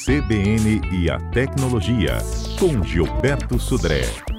CBN e a Tecnologia, com Gilberto Sudré.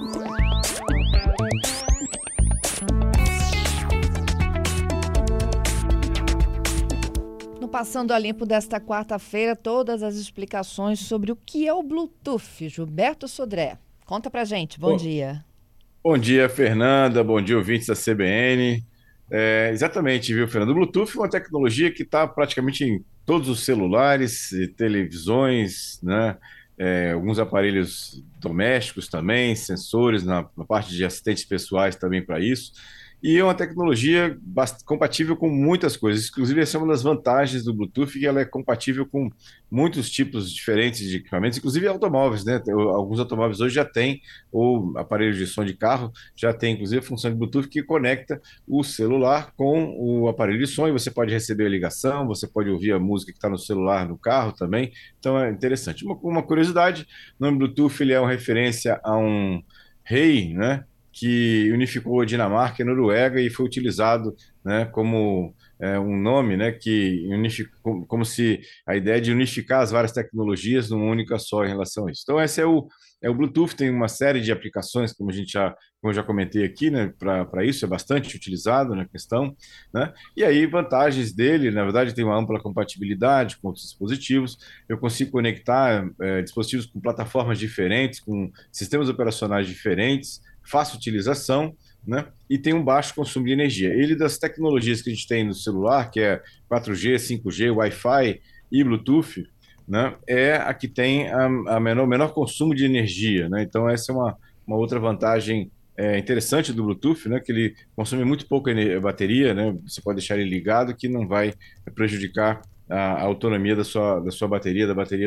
No Passando a Limpo desta quarta-feira, todas as explicações sobre o que é o Bluetooth. Gilberto Sudré, conta pra gente. Bom dia. Bom dia, Fernanda. Bom dia, ouvintes da CBN. Exatamente, viu, Fernanda? O Bluetooth é uma tecnologia que está praticamente em todos os celulares, e televisões, né? Alguns aparelhos domésticos também, sensores na parte de assistentes pessoais também para isso. E é uma tecnologia compatível com muitas coisas. Inclusive, essa é uma das vantagens do Bluetooth, que ela é compatível com muitos tipos diferentes de equipamentos, inclusive automóveis, né? Alguns automóveis hoje já têm, ou aparelhos de som de carro, já tem inclusive a função de Bluetooth que conecta o celular com o aparelho de som e você pode receber a ligação, você pode ouvir a música que está no celular, no carro também. Então é interessante. Uma curiosidade, o nome Bluetooth ele é uma referência a um rei, né? Que unificou a Dinamarca e a Noruega e foi utilizado, né, como um nome, né, que unificou, como se a ideia de unificar as várias tecnologias numa única só em relação a isso. Então, esse é o Bluetooth, tem uma série de aplicações, como eu já comentei aqui, né, para isso, é bastante utilizado na questão, né, e aí vantagens dele, na verdade, tem uma ampla compatibilidade com outros dispositivos, eu consigo conectar dispositivos com plataformas diferentes, com sistemas operacionais diferentes, fácil utilização, né? E tem um baixo consumo de energia. Ele, das tecnologias que a gente tem no celular, que é 4G, 5G, Wi-Fi e Bluetooth, né? É a que tem a menor consumo de energia, né? Então, essa é uma outra vantagem interessante do Bluetooth, né? Que ele consome muito pouco bateria, né? Você pode deixar ele ligado, que não vai prejudicar a autonomia da sua bateria, da bateria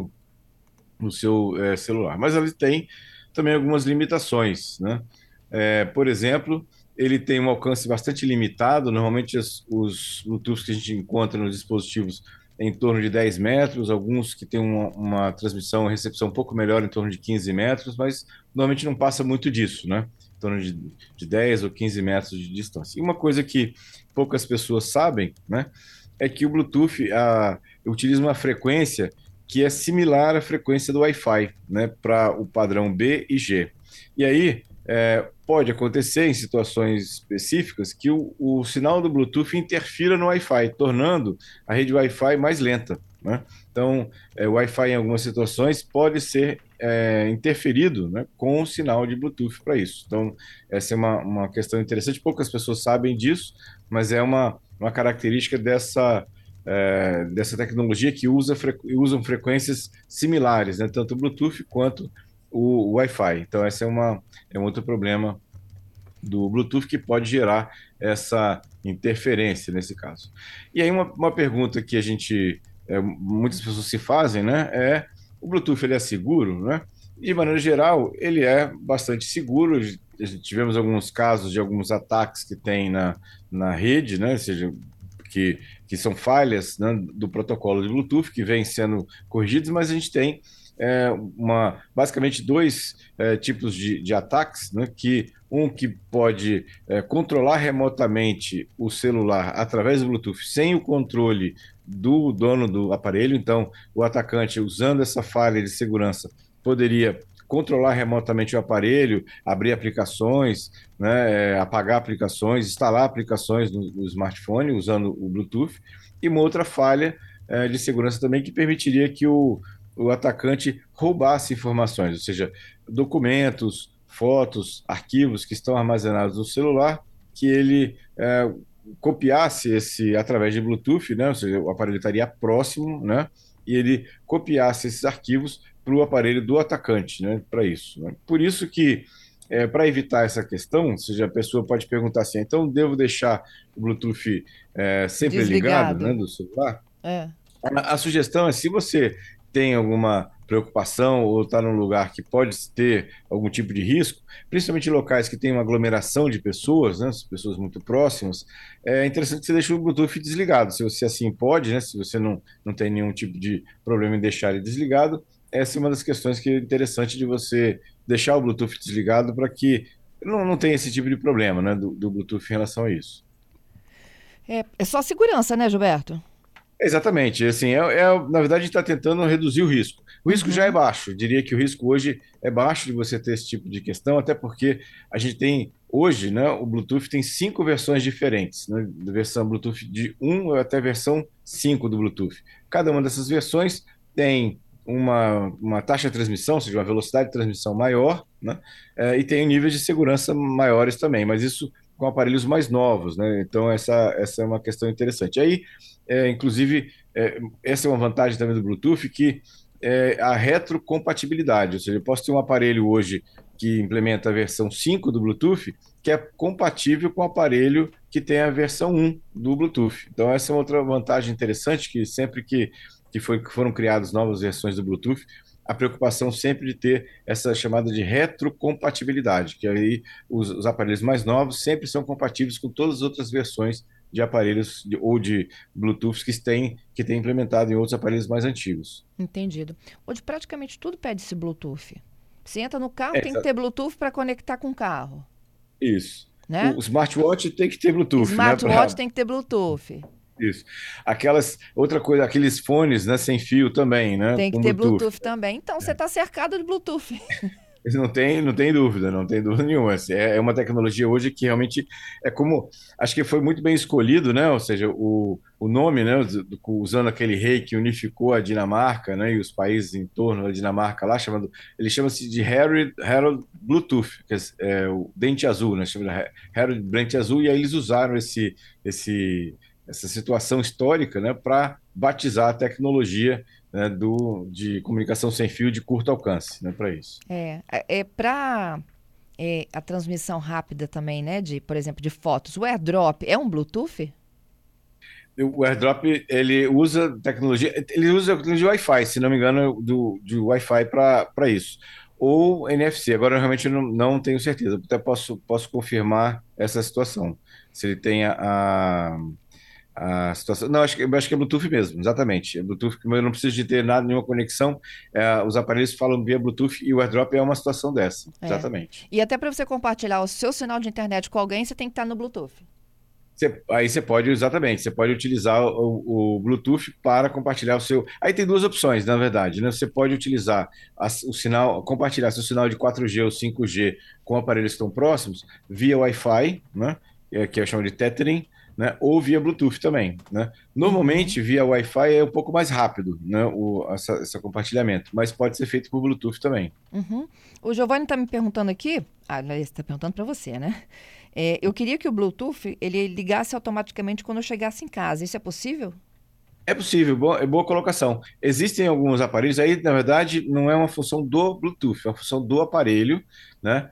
do seu celular. Mas ele tem também algumas limitações, né? Por exemplo, ele tem um alcance bastante limitado. Normalmente, os Bluetooth que a gente encontra nos dispositivos em torno de 10 metros, alguns que têm uma transmissão, uma recepção um pouco melhor, em torno de 15 metros, mas normalmente não passa muito disso, né? Em torno de 10 ou 15 metros de distância. E uma coisa que poucas pessoas sabem, né, é que o Bluetooth utiliza uma frequência que é similar à frequência do Wi-Fi, né, para o padrão B e G. E aí, pode acontecer em situações específicas que o sinal do Bluetooth interfira no Wi-Fi, tornando a rede Wi-Fi mais lenta, né? Então, o Wi-Fi em algumas situações pode ser interferido, né, com o sinal de Bluetooth para isso. Então, essa é uma questão interessante. Poucas pessoas sabem disso, mas é uma característica dessa tecnologia que usam frequências similares, né, tanto o Bluetooth quanto o Wi-Fi. Então, esse é um outro problema do Bluetooth que pode gerar essa interferência nesse caso. E aí, uma pergunta que muitas pessoas se fazem, né, o Bluetooth ele é seguro, né? De maneira geral, ele é bastante seguro. Tivemos alguns casos de alguns ataques que tem na rede, né? Ou seja, que são falhas, né, do protocolo de Bluetooth que vêm sendo corrigidos, mas a gente tem basicamente dois tipos de ataques, né, que pode controlar remotamente o celular através do Bluetooth sem o controle do dono do aparelho. Então, o atacante, usando essa falha de segurança, poderia controlar remotamente o aparelho, abrir aplicações, né, apagar aplicações, instalar aplicações no smartphone usando o Bluetooth. E uma outra falha de segurança também que permitiria que o atacante roubasse informações, ou seja, documentos, fotos, arquivos que estão armazenados no celular, que ele copiasse através de Bluetooth, né? Ou seja, o aparelho estaria próximo, né? E ele copiasse esses arquivos para o aparelho do atacante, né? Para isso, né? Por isso que para evitar essa questão, ou seja, a pessoa pode perguntar assim, então devo deixar o Bluetooth sempre ligado, né, Desligado. do celular? É. A sugestão é, se você tem alguma preocupação ou está num lugar que pode ter algum tipo de risco, principalmente em locais que tem uma aglomeração de pessoas, né, pessoas muito próximas, é interessante que você deixe o Bluetooth desligado. Se você assim pode, né, se você não tem nenhum tipo de problema em deixar ele desligado, essa é uma das questões que é interessante de você deixar o Bluetooth desligado para que não tenha esse tipo de problema, né, do Bluetooth em relação a isso. É só segurança, né, Gilberto? Exatamente, assim, na verdade a gente está tentando reduzir o risco. O risco já é Uhum. baixo, eu diria que o risco hoje é baixo de você ter esse tipo de questão, até porque a gente tem, hoje, né, o Bluetooth tem 5 versões diferentes, né, da versão Bluetooth de 1 até a versão 5 do Bluetooth. Cada uma dessas versões tem uma taxa de transmissão, ou seja, uma velocidade de transmissão maior, né, e tem níveis de segurança maiores também, mas isso com aparelhos mais novos, né, então essa é uma questão interessante. Aí, inclusive, essa é uma vantagem também do Bluetooth, que é a retrocompatibilidade, ou seja, eu posso ter um aparelho hoje que implementa a versão 5 do Bluetooth, que é compatível com o aparelho que tem a versão 1 do Bluetooth. Então, essa é outra vantagem interessante, que sempre que foram criadas novas versões do Bluetooth, a preocupação sempre de ter essa chamada de retrocompatibilidade, que aí os aparelhos mais novos sempre são compatíveis com todas as outras versões de aparelhos ou de Bluetooth que tem implementado em outros aparelhos mais antigos. Entendido. Hoje praticamente tudo pede esse Bluetooth. Você entra no carro, É, tem que ter Bluetooth para conectar com o carro, isso. né? O smartwatch tem que ter Bluetooth, né? Smartwatch tem que ter Bluetooth. Isso. Outra coisa, aqueles fones, né, sem fio também, né, Tem que com ter Bluetooth. Bluetooth também. Então você está cercado de Bluetooth. Isso não tem dúvida, não tem dúvida nenhuma. Assim, é uma tecnologia hoje que realmente é como, acho que foi muito bem escolhido, né? Ou seja, o nome, né? Usando aquele rei que unificou a Dinamarca, né? E os países em torno da Dinamarca lá, ele chama-se de Harold Bluetooth, que é o Dente Azul, né? Chama de Harold Dente Azul, e aí eles usaram essa situação histórica, né? Para batizar a tecnologia, né, de comunicação sem fio de curto alcance, né, para isso. É para a transmissão rápida também, né? De, por exemplo, de fotos. O AirDrop é um Bluetooth? O AirDrop, ele usa tecnologia Wi-Fi, se não me engano, de Wi-Fi para isso. Ou NFC, agora eu realmente não tenho certeza, até posso confirmar essa situação. Se ele tem a situação. Não, eu acho que é Bluetooth mesmo, exatamente. É Bluetooth, mas eu não preciso de ter nada, nenhuma conexão. Os aparelhos falam via Bluetooth e o AirDrop é uma situação dessa, É. exatamente. E até para você compartilhar o seu sinal de internet com alguém, você tem que estar no Bluetooth. Aí você pode, exatamente, você pode utilizar o Bluetooth para compartilhar o seu. Aí tem duas opções, na verdade, né? Você pode utilizar o sinal, compartilhar seu sinal de 4G ou 5G com aparelhos que estão próximos via Wi-Fi, né? Que é chamado de tethering, né? Ou via Bluetooth também, né? Uhum. Normalmente, via Wi-Fi é um pouco mais rápido, né? Esse compartilhamento, mas pode ser feito por Bluetooth também. Uhum. O Giovanni está me perguntando aqui, aliás, está perguntando para você, né? Eu queria que o Bluetooth ele ligasse automaticamente quando eu chegasse em casa. Isso é possível? É possível, é boa colocação. Existem alguns aparelhos, aí na verdade não é uma função do Bluetooth, é uma função do aparelho, né?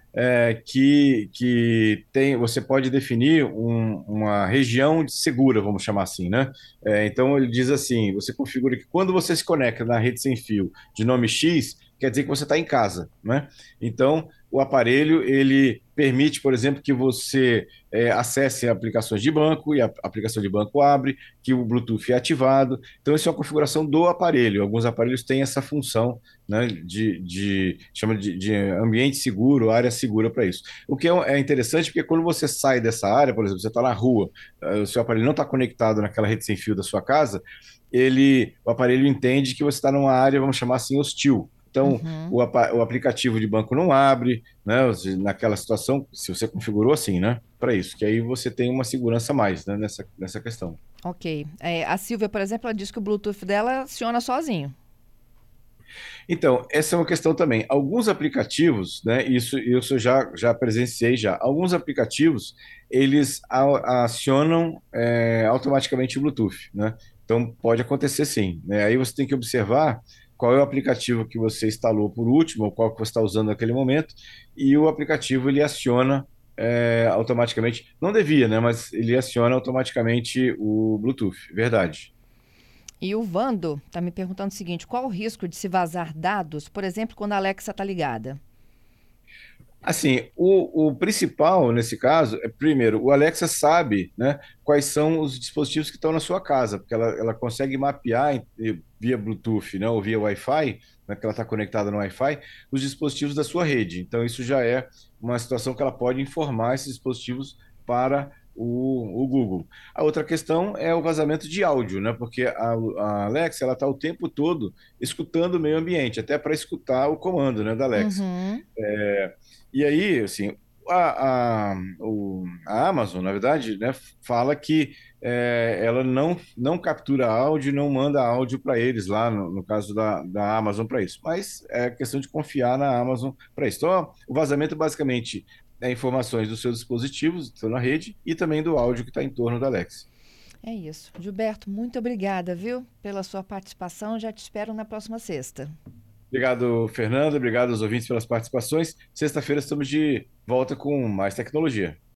Que tem, você pode definir uma região segura, vamos chamar assim, né? Então ele diz assim: você configura que quando você se conecta na rede sem fio de nome X, quer dizer que você está em casa, né? Então o aparelho ele permite, por exemplo, que você acesse aplicações de banco e a aplicação de banco abre, que o Bluetooth é ativado. Então, isso é uma configuração do aparelho. Alguns aparelhos têm essa função, né, chama de ambiente seguro, área segura para isso. O que é interessante porque quando você sai dessa área, por exemplo, você está na rua, o seu aparelho não está conectado naquela rede sem fio da sua casa, o aparelho entende que você está numa área, vamos chamar assim, hostil. Então, Uhum. o aplicativo de banco não abre, né? Naquela situação, se você configurou assim, né? Para isso, que aí você tem uma segurança a mais, né? Nessa questão. Ok. A Silvia, por exemplo, ela disse que o Bluetooth dela aciona sozinho. Então, essa é uma questão também. Alguns aplicativos, né? Isso eu já presenciei já. Alguns aplicativos, eles acionam automaticamente o Bluetooth, né? Então, pode acontecer sim, né? Aí você tem que observar qual é o aplicativo que você instalou por último, ou qual que você está usando naquele momento, e o aplicativo, ele aciona automaticamente. Não devia, né? Mas ele aciona automaticamente o Bluetooth, verdade. E o Vando está me perguntando o seguinte: qual o risco de se vazar dados, por exemplo, quando a Alexa está ligada? Assim, o principal nesse caso é, primeiro, o Alexa sabe, né, quais são os dispositivos que estão na sua casa, porque ela consegue mapear via Bluetooth, né, ou via Wi-Fi, né, que ela está conectada no Wi-Fi, os dispositivos da sua rede. Então, isso já é uma situação que ela pode informar esses dispositivos para o Google. A outra questão é o vazamento de áudio, né? Porque a Alexa ela está o tempo todo escutando o meio ambiente, até para escutar o comando, né, da Alexa. Uhum. E aí, assim, a Amazon, na verdade, né, fala que ela não captura áudio, não manda áudio para eles lá, no caso da Amazon para isso. Mas é questão de confiar na Amazon para isso. Então, ó, o vazamento basicamente é informações dos seus dispositivos, que estão na rede, e também do áudio que está em torno da Alexa. É isso. Gilberto, muito obrigada, viu, pela sua participação. Já te espero na próxima sexta. Obrigado, Fernando. Obrigado aos ouvintes pelas participações. Sexta-feira estamos de volta com mais tecnologia.